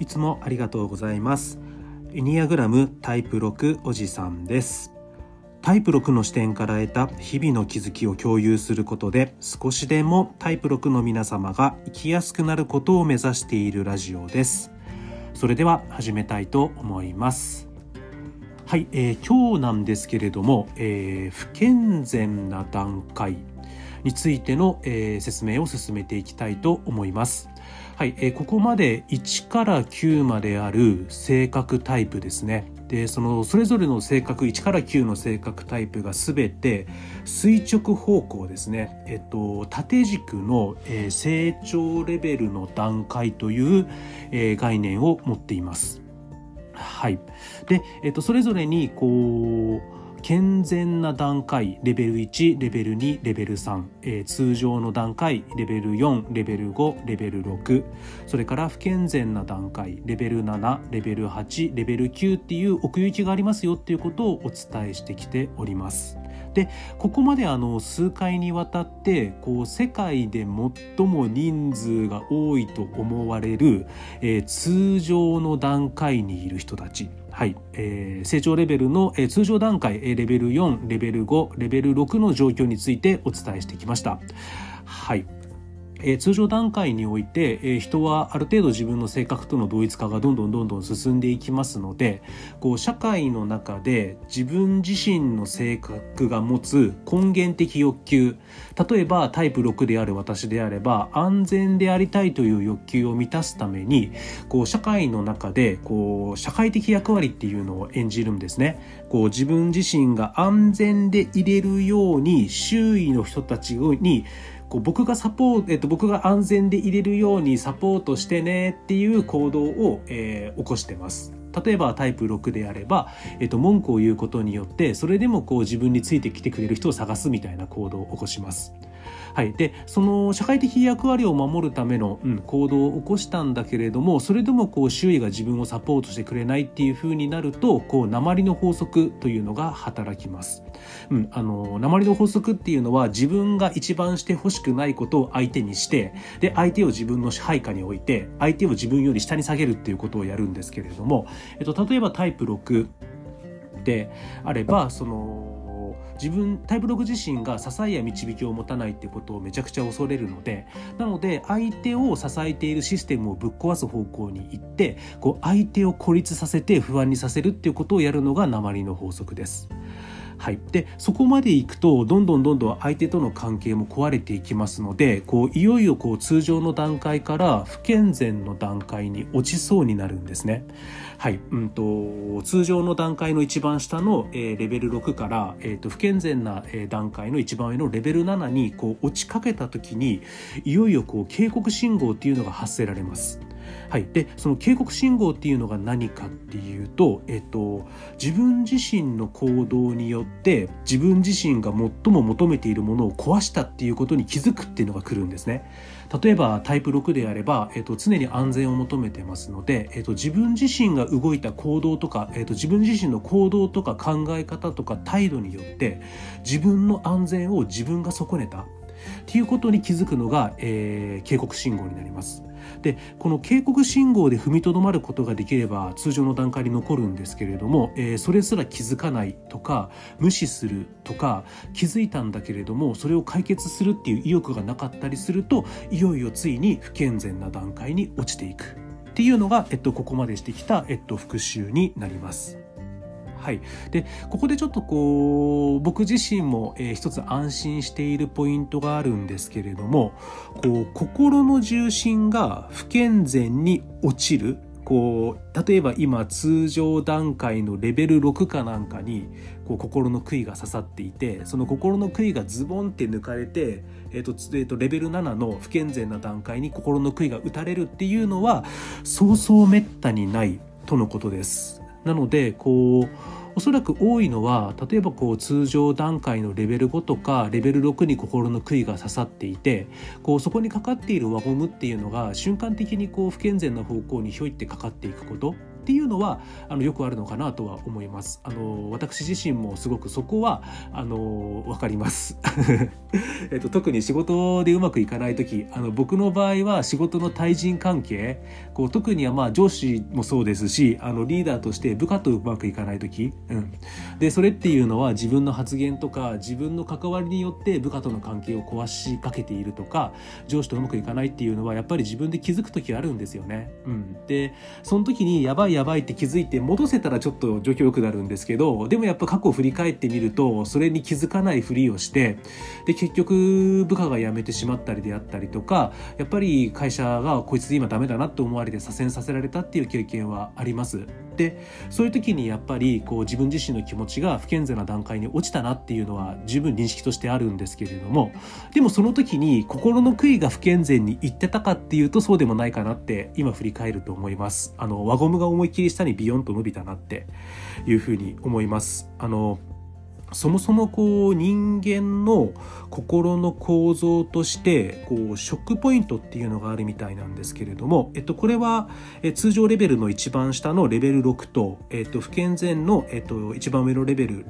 つもありがとうございます。エニアグラムタイプ6おじさんです。タイプ6の視点から得た日々の気づきを共有することで、少しでもタイプ6の皆様が生きやすくなることを目指しているラジオです。それでは始めたいと思います。はい、今日なんですけれども、不健全な段階についての、説明を進めていきたいと思います。はい、ここまで1から9まである性格タイプですね。で、それぞれの性格1から9の性格タイプがすべて垂直方向ですね。縦軸の、成長レベルの段階という、概念を持っています。はい。で、それぞれに健全な段階、レベル1、レベル2、レベル3、通常の段階、レベル4、レベル5、レベル6、それから不健全な段階、レベル7、レベル8、レベル9っていう奥行きがありますよっていうことをお伝えしてきております。で、ここまで数回にわたって世界で最も人数が多いと思われる、通常の段階にいる人たち、はい、成長レベルの、通常段階、レベル4、レベル5、レベル6の状況についてお伝えしてきました。はい。通常段階において、人はある程度自分の性格との同一化がどんどん進んでいきますので、社会の中で自分自身の性格が持つ根源的欲求、例えばタイプ6である私であれば安全でありたいという欲求を満たすために社会の中で社会的役割っていうのを演じるんですね。自分自身が安全でいれるように周囲の人たちに僕が安全でいれるようにサポートしてねっていう行動を、起こしてます。例えばタイプ6であれば、文句を言うことによってそれでも自分についてきてくれる人を探すみたいな行動を起こします。はい。で、その社会的役割を守るための、行動を起こしたんだけれども、それでも周囲が自分をサポートしてくれないっていう風になると、鉛の法則というのが働きます。鉛の法則っていうのは自分が一番してほしくないことを相手にして、で、相手を自分の支配下に置いて、相手を自分より下に下げるっていうことをやるんですけれども、例えばタイプ6であれば、タイプ6自身が支えや導きを持たないってことをめちゃくちゃ恐れるので、なので相手を支えているシステムをぶっ壊す方向に行って、相手を孤立させて不安にさせるっていうことをやるのが鉛の法則です。はい。で、そこまでいくとどんどん相手との関係も壊れていきますので、いよいよ通常の段階から不健全の段階に落ちそうになるんですね。はい。通常の段階の一番下の、レベル6から、不健全な、段階の一番上のレベル7に落ちかけた時に、いよいよ警告信号っていうのが発せられます。はい。で、その警告信号っていうのが何かっていうと、自分自身の行動によって自分自身が最も求めているものを壊したっていうことに気づくっていうのが来るんですね。例えばタイプ6であれば、常に安全を求めてますので、自分自身が動いた行動とか、自分自身の行動とか考え方とか態度によって自分の安全を自分が損ねたっていうことに気づくのが、警告信号になります。で、この警告信号で踏みとどまることができれば通常の段階に残るんですけれども、それすら気づかないとか無視するとか、気づいたんだけれどもそれを解決するっていう意欲がなかったりすると、いよいよついに不健全な段階に落ちていくっていうのが、ここまでしてきた、復習になります。はい。で、ここでちょっと僕自身も、一つ安心しているポイントがあるんですけれども、心の重心が不健全に落ちる。例えば今通常段階のレベル6かなんかに心の杭が刺さっていて、その心の杭がズボンって抜かれて、レベル7の不健全な段階に心の杭が打たれるっていうのはそうそうめったにないとのことです。なのでおそらく多いのは、例えば通常段階のレベル5とかレベル6に心の杭が刺さっていて、そこにかかっている輪ゴムっていうのが瞬間的に不健全な方向にひょいってかかっていくことっていうのはよくあるのかなとは思います。私自身もすごくそこは分かります特に仕事でうまくいかない時、僕の場合は仕事の対人関係、特には上司もそうですし、リーダーとして部下とうまくいかない時、でそれっていうのは自分の発言とか自分の関わりによって部下との関係を壊しかけているとか、上司とうまくいかないっていうのはやっぱり自分で気づく時あるんですよね。でその時にやばいって気づいて戻せたらちょっと状況良くなるんですけど、でもやっぱ過去を振り返ってみるとそれに気づかないふりをして、で結局部下が辞めてしまったりであったりとか、やっぱり会社がこいつ今ダメだなと思われて左遷させられたっていう経験はあります。でそういう時にやっぱり自分自身の気持ちが不健全な段階に落ちたなっていうのは十分認識としてあるんですけれども、でもその時に心の悔いが不健全にいってたかっていうとそうでもないかなって今振り返ると思います。輪ゴムが思いっきり下にビヨンと伸びたなっていうふうに思います。そもそも人間の心の構造としてショックポイントっていうのがあるみたいなんですけれども、これは通常レベルの一番下のレベル6と、不健全の一番上のレベル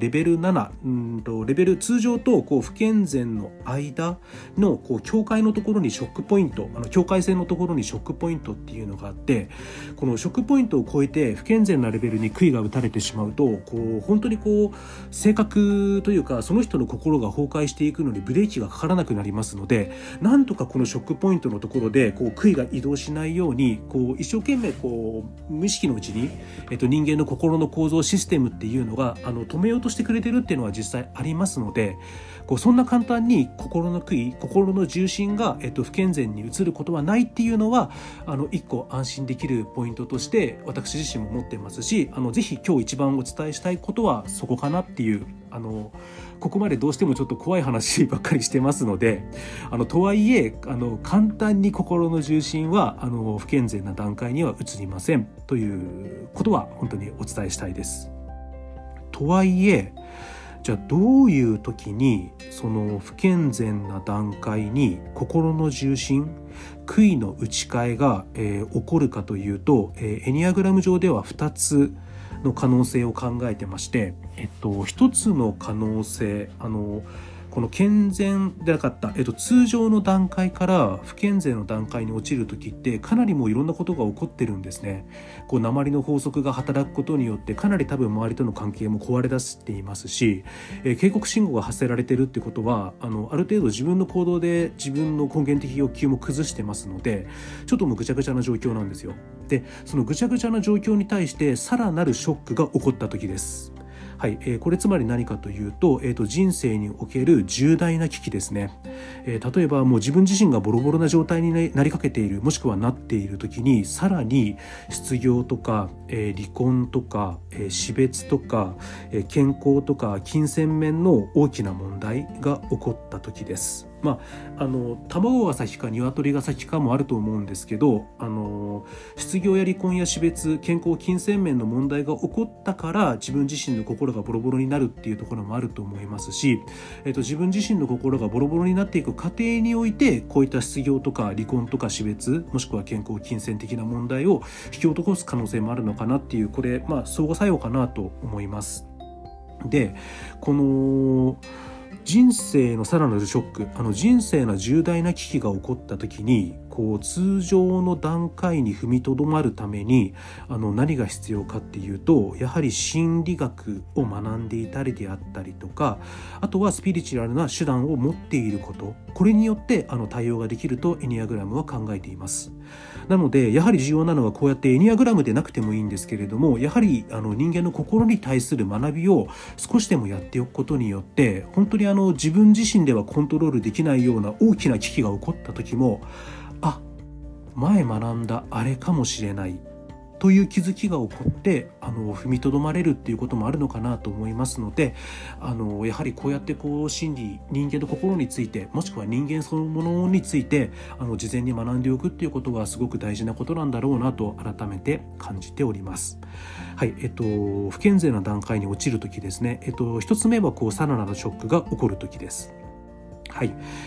7、レベル通常と不健全の間の境界のところにショックポイント、境界線のところにショックポイントっていうのがあって、このショックポイントを超えて不健全なレベルに杭が打たれてしまうと本当に性格というかその人の心が崩壊していくのにブレーキがかからなくなりますので、なんとかこのショックポイントのところで杭が移動しないように一生懸命無意識のうちに、人間の心の構造システムっていうのが止めようとしてくれてるっていうのは実際ありますので、そんな簡単に心の杭、心の重心が、不健全に移ることはないっていうのは一個安心できるポイントとして私自身も持ってますし、ぜひ今日一番お伝えしたいことはそこかなっていう、ここまでどうしてもちょっと怖い話ばっかりしてますので、とはいえ簡単に心の重心は不健全な段階には移りませんということは本当にお伝えしたいです。とはいえじゃあどういう時にその不健全な段階に心の重心、杭の打ち替えが、起こるかというと、エニアグラム上では2つの可能性を考えてまして、一つの可能性、この健全でなかった、通常の段階から不健全の段階に落ちるときってかなりもういろんなことが起こってるんですね。鉛の法則が働くことによってかなり多分周りとの関係も壊れ出していますし、警告信号が発せられてるってことはある程度自分の行動で自分の根源的欲求も崩してますので、ちょっともうぐちゃぐちゃな状況なんですよ。でそのぐちゃぐちゃな状況に対してさらなるショックが起こった時です。はい、これつまり何かというと、人生における重大な危機ですね。例えばもう自分自身がボロボロな状態になりかけている、もしくはなっている時にさらに失業とか、離婚とか、死別とか、健康とか金銭面の大きな問題が起こった時です。卵が先か鶏が先かもあると思うんですけど、失業や離婚や死別、健康金銭面の問題が起こったから自分自身の心がボロボロになるっていうところもあると思いますし、自分自身の心がボロボロになっていく過程においてこういった失業とか離婚とか死別、もしくは健康金銭的な問題を引き起こす可能性もあるのかなっていう、これ相互作用かなと思います。でこの人生のさらなるショック、人生の重大な危機が起こった時に通常の段階に踏みとどまるために何が必要かっていうと、やはり心理学を学んでいたりであったりとか、あとはスピリチュアルな手段を持っていること、これによって対応ができるとエニアグラムは考えています。なのでやはり重要なのはこうやってエニアグラムでなくてもいいんですけれども、やはり人間の心に対する学びを少しでもやっておくことによって、本当に自分自身ではコントロールできないような大きな危機が起こった時も、前学んだあれかもしれないという気づきが起こって踏みとどまれるっていうこともあるのかなと思いますので、やはりこうやって心理、人間の心について、もしくは人間そのものについて事前に学んでおくっていうことはすごく大事なことなんだろうなと改めて感じております。はい、不健全な段階に陥るときですね。一つ目はさらなるショックが起こるときです。 はい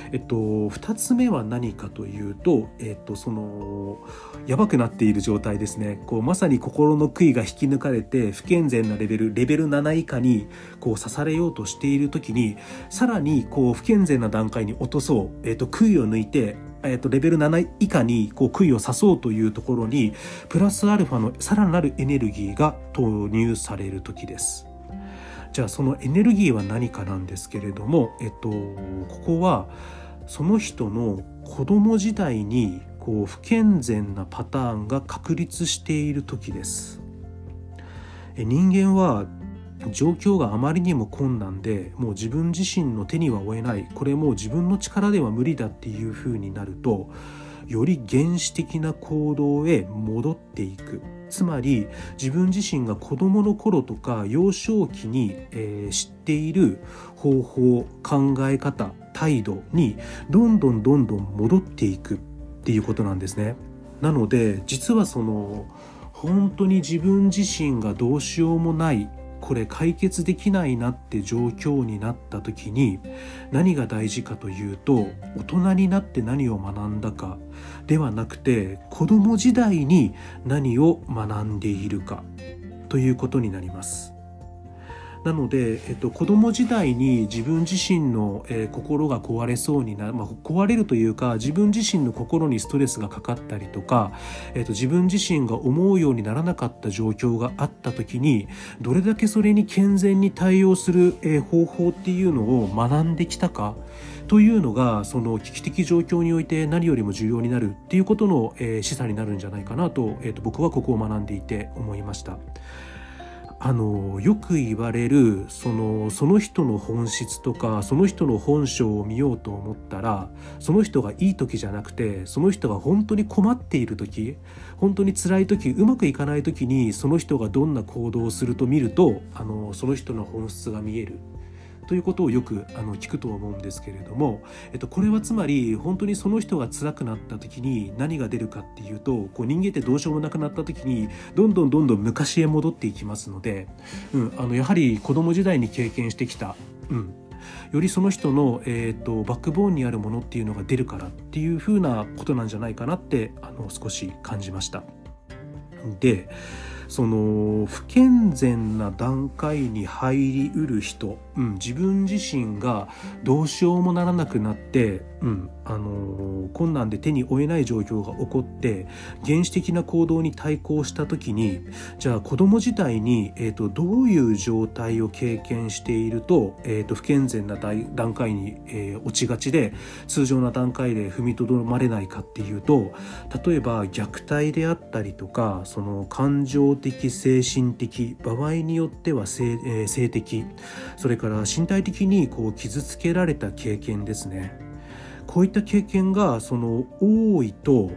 。2つ目は何かというと、やばくなっている状態ですね。まさに心の杭が引き抜かれて、不健全なレベル7以下に、刺されようとしているときに、さらに、不健全な段階に落とそう、杭を抜いて、レベル7以下に杭を刺そうというところに、プラスアルファのさらなるエネルギーが投入されるときです。じゃあそのエネルギーは何かなんですけれども、ここはその人の子供時代に不健全なパターンが確立している時です。人間は状況があまりにも困難で、もう自分自身の手には負えない、これもう自分の力では無理だっていう風になると、より原始的な行動へ戻っていく。つまり自分自身が子どもの頃とか幼少期に、知っている方法、考え方、態度にどんどん戻っていくっていうことなんですね。なので実は本当に自分自身がどうしようもない、これ解決できないなって状況になった時に、何が大事かというと、大人になって何を学んだかではなくて、子供時代に何を学んでいるかということになります。なので、子供時代に自分自身の、心が壊れそうになる、壊れるというか、自分自身の心にストレスがかかったりとか、自分自身が思うようにならなかった状況があった時に、どれだけそれに健全に対応する、方法っていうのを学んできたかというのが、その危機的状況において何よりも重要になるっていうことの、示唆になるんじゃないかなと、僕はここを学んでいて思いました。よく言われるその人の本質とかその人の本性を見ようと思ったら、その人がいい時じゃなくて、その人が本当に困っている時、本当に辛い時、うまくいかない時にその人がどんな行動をすると見ると、その人の本質が見えるということをよく聞くと思うんですけれども、これはつまり本当にその人が辛くなった時に何が出るかっていうと、人間ってどうしようもなくなった時にどんどん昔へ戻っていきますので、やはり子供時代に経験してきた、よりその人の、バックボーンにあるものっていうのが出るからっていう風なことなんじゃないかなって少し感じました。で、不健全な段階に入りうる人、自分自身がどうしようもならなくなって、困難で手に負えない状況が起こって原始的な行動に対抗した時に、じゃあ子供時代に、どういう状態を経験していると、不健全な段階に、落ちがちで通常な段階で踏みとどまれないかっていうと、例えば虐待であったりとか、その感情的、精神的、場合によっては性的、それから身体的に傷つけられた経験ですね。こういった経験が多いと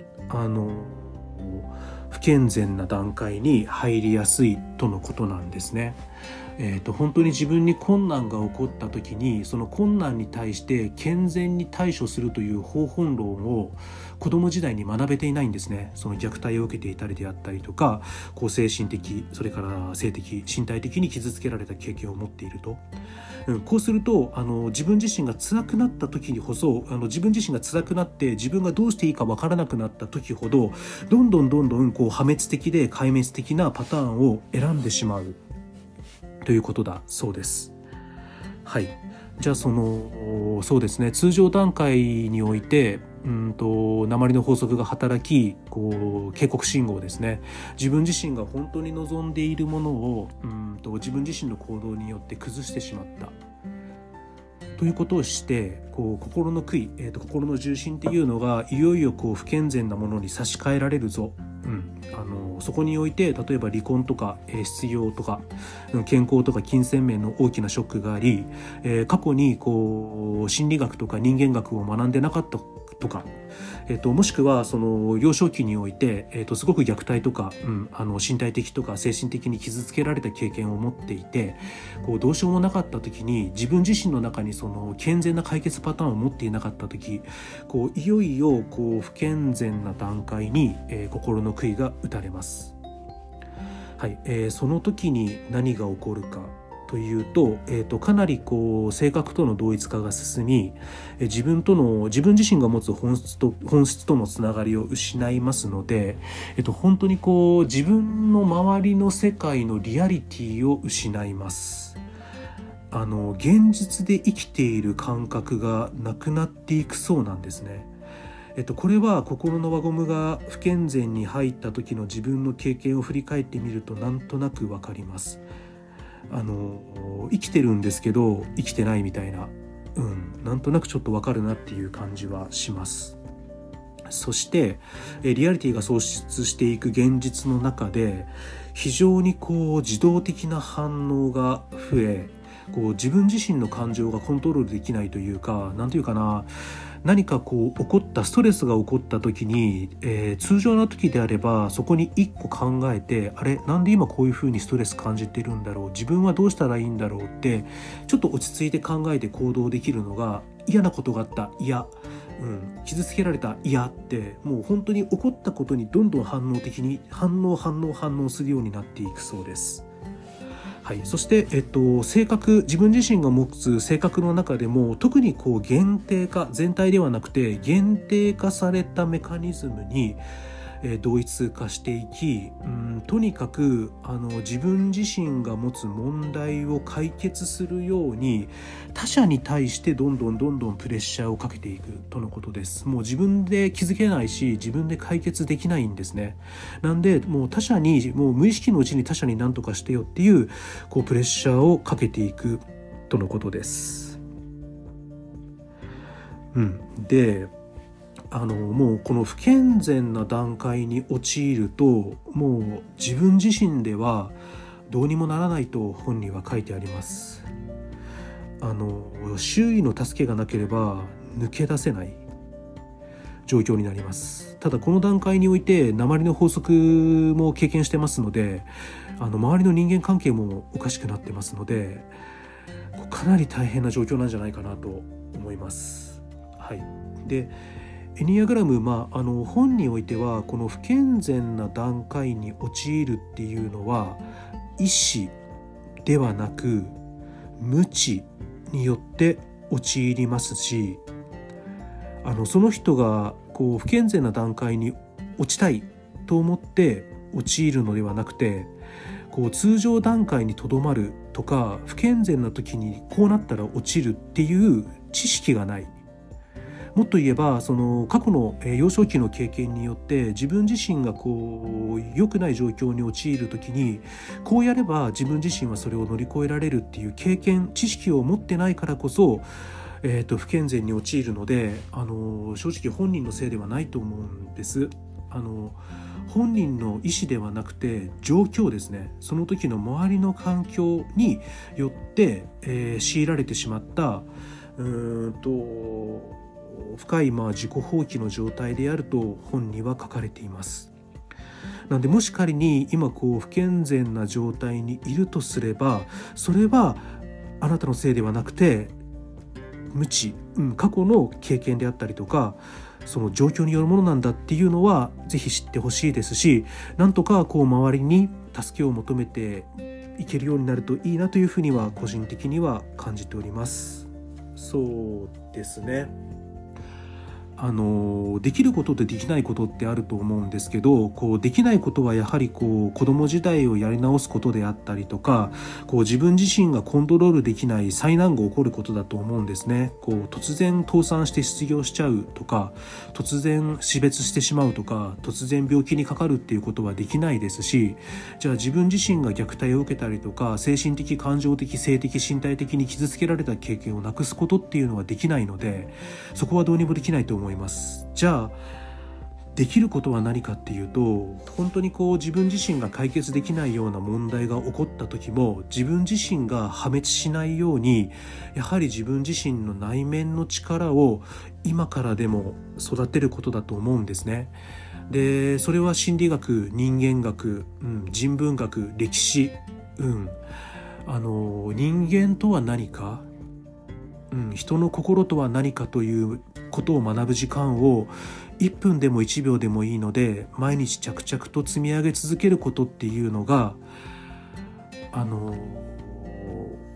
不健全な段階に入りやすいとのことなんですね。本当に自分に困難が起こった時に、その困難に対して健全に対処するという方法論を子供時代に学べていないんですね。その虐待を受けていたりであったりとか、精神的、それから性的、身体的に傷つけられた経験を持っていると、こうすると自分自身が辛くなった時にこそ、自分自身が辛くなって自分がどうしていいか分からなくなった時ほど、どんどん破滅的で壊滅的なパターンを選んでしまうということだそうです。はい。じゃあそうですね、通常段階において鉛の法則が働き、警告信号ですね。自分自身が本当に望んでいるものを自分自身の行動によって崩してしまったということをして、心の杭、心の重心っていうのがいよいよ不健全なものに差し替えられるぞ、そこにおいて例えば離婚とか、失業とか、健康とか金銭面の大きなショックがあり、過去に心理学とか人間学を学んでなかったとか、もしくは幼少期において、すごく虐待とか、身体的とか精神的に傷つけられた経験を持っていて、どうしようもなかった時に自分自身の中に健全な解決パターンを持っていなかった時、いよいよ不健全な段階に、心の杭が打たれます。はい、その時に何が起こるかというと、かなり性格との同一化が進み、自分自身が持つ本質とのつながりを失いますので、本当に自分の周りの世界のリアリティを失います。現実で生きている感覚がなくなっていくそうなんですね。これは心の輪ゴムが不健全に入った時の自分の経験を振り返ってみるとなんとなくわかります。生きてるんですけど生きてないみたいな、なんとなくちょっとわかるなっていう感じはします。そしてリアリティが喪失していく現実の中で非常に自動的な反応が増え、自分自身の感情がコントロールできないというか、なんていうかな、何か起こったストレスが起こった時に、通常の時であればそこに一個考えて、あれなんで今こういう風にストレス感じてるんだろう、自分はどうしたらいいんだろうってちょっと落ち着いて考えて行動できるのが、嫌なことがあった、傷つけられた、って、もう本当に起こったことにどんどん反応的に反応するようになっていくそうです。はい、そして、自分自身が持つ性格の中でも特に限定化、全体ではなくて限定化されたメカニズムに、同一化していき、とにかく自分自身が持つ問題を解決するように他者に対してどんどんプレッシャーをかけていくとのことです。もう自分で気づけないし自分で解決できないんですね。なんでもう他者に、もう無意識のうちに他者に何とかしてよっていうプレッシャーをかけていくとのことです。でもうこの不健全な段階に陥ると、もう自分自身ではどうにもならないと本には書いてあります。周囲の助けがなければ抜け出せない状況になります。ただこの段階において鉛の法則も経験してますので、周りの人間関係もおかしくなってますので、かなり大変な状況なんじゃないかなと思います。はい。でエニアグラム、本においてはこの不健全な段階に陥るっていうのは意志ではなく無知によって陥りますし、その人が不健全な段階に落ちたいと思って陥るのではなくて、通常段階にとどまるとか、不健全な時にこうなったら落ちるっていう知識がない。もっと言えばその過去の幼少期の経験によって自分自身が良くない状況に陥る時にこうやれば自分自身はそれを乗り越えられるっていう経験知識を持ってないからこそ、不健全に陥るので、正直本人のせいではないと思うんです。本人の意思ではなくて状況ですね。その時の周りの環境によって、強いられてしまった深い自己放棄の状態であると本には書かれています。なのでもし仮に今不健全な状態にいるとすれば、それはあなたのせいではなくて無知、過去の経験であったりとかその状況によるものなんだっていうのはぜひ知ってほしいですし、なんとか周りに助けを求めていけるようになるといいなというふうには個人的には感じております。そうですね。できることとできないことってあると思うんですけど、できないことはやはり子供時代をやり直すことであったりとか、自分自身がコントロールできない災難が起こることだと思うんですね。突然倒産して失業しちゃうとか、突然死別してしまうとか、突然病気にかかるっていうことはできないですし、じゃあ自分自身が虐待を受けたりとか精神的感情的性的身体的に傷つけられた経験をなくすことっていうのはできないので、そこはどうにもできないと思います。じゃあできることは何かっていうと、本当に自分自身が解決できないような問題が起こった時も自分自身が破滅しないように、やはり自分自身の内面の力を今からでも育てることだと思うんですね。でそれは心理学、人間学、人文学、歴史、人間とは何か、人の心とは何かということを学ぶ時間を1分でも1秒でもいいので毎日着々と積み上げ続けることっていうのが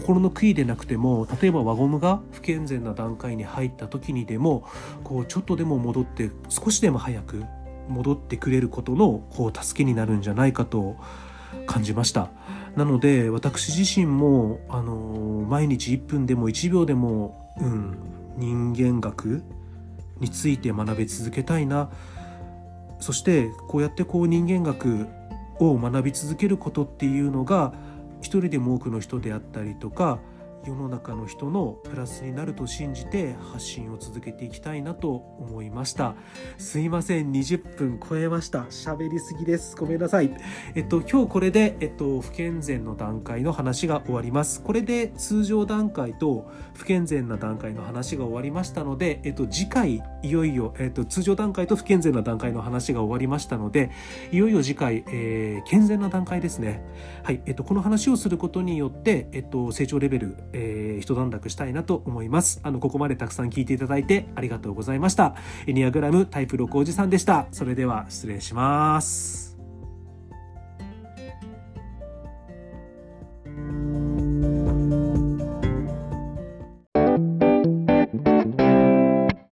心の悔いでなくても、例えば輪ゴムが不健全な段階に入った時にでもちょっとでも戻って、少しでも早く戻ってくれることの助けになるんじゃないかと感じました。なので私自身も毎日1分でも1秒でも、人間学について学び続けたいな。そしてこうやって人間学を学び続けることっていうのが、一人でも多くの人であったりとか世の中の人のプラスになると信じて発信を続けていきたいなと思いました。すいません、20分超えました。喋りすぎです。ごめんなさい。今日これで、不健全の段階の話が終わります。これで通常段階と不健全な段階の話が終わりましたので、次回いよいよ、通常段階と不健全な段階の話が終わりましたので、いよいよ次回、健全な段階ですね。はい、この話をすることによって、成長レベル一段落したいなと思います。ここまでたくさん聞いていただいてありがとうございました。エニアグラムタイプ6おじさんでした。それでは失礼します。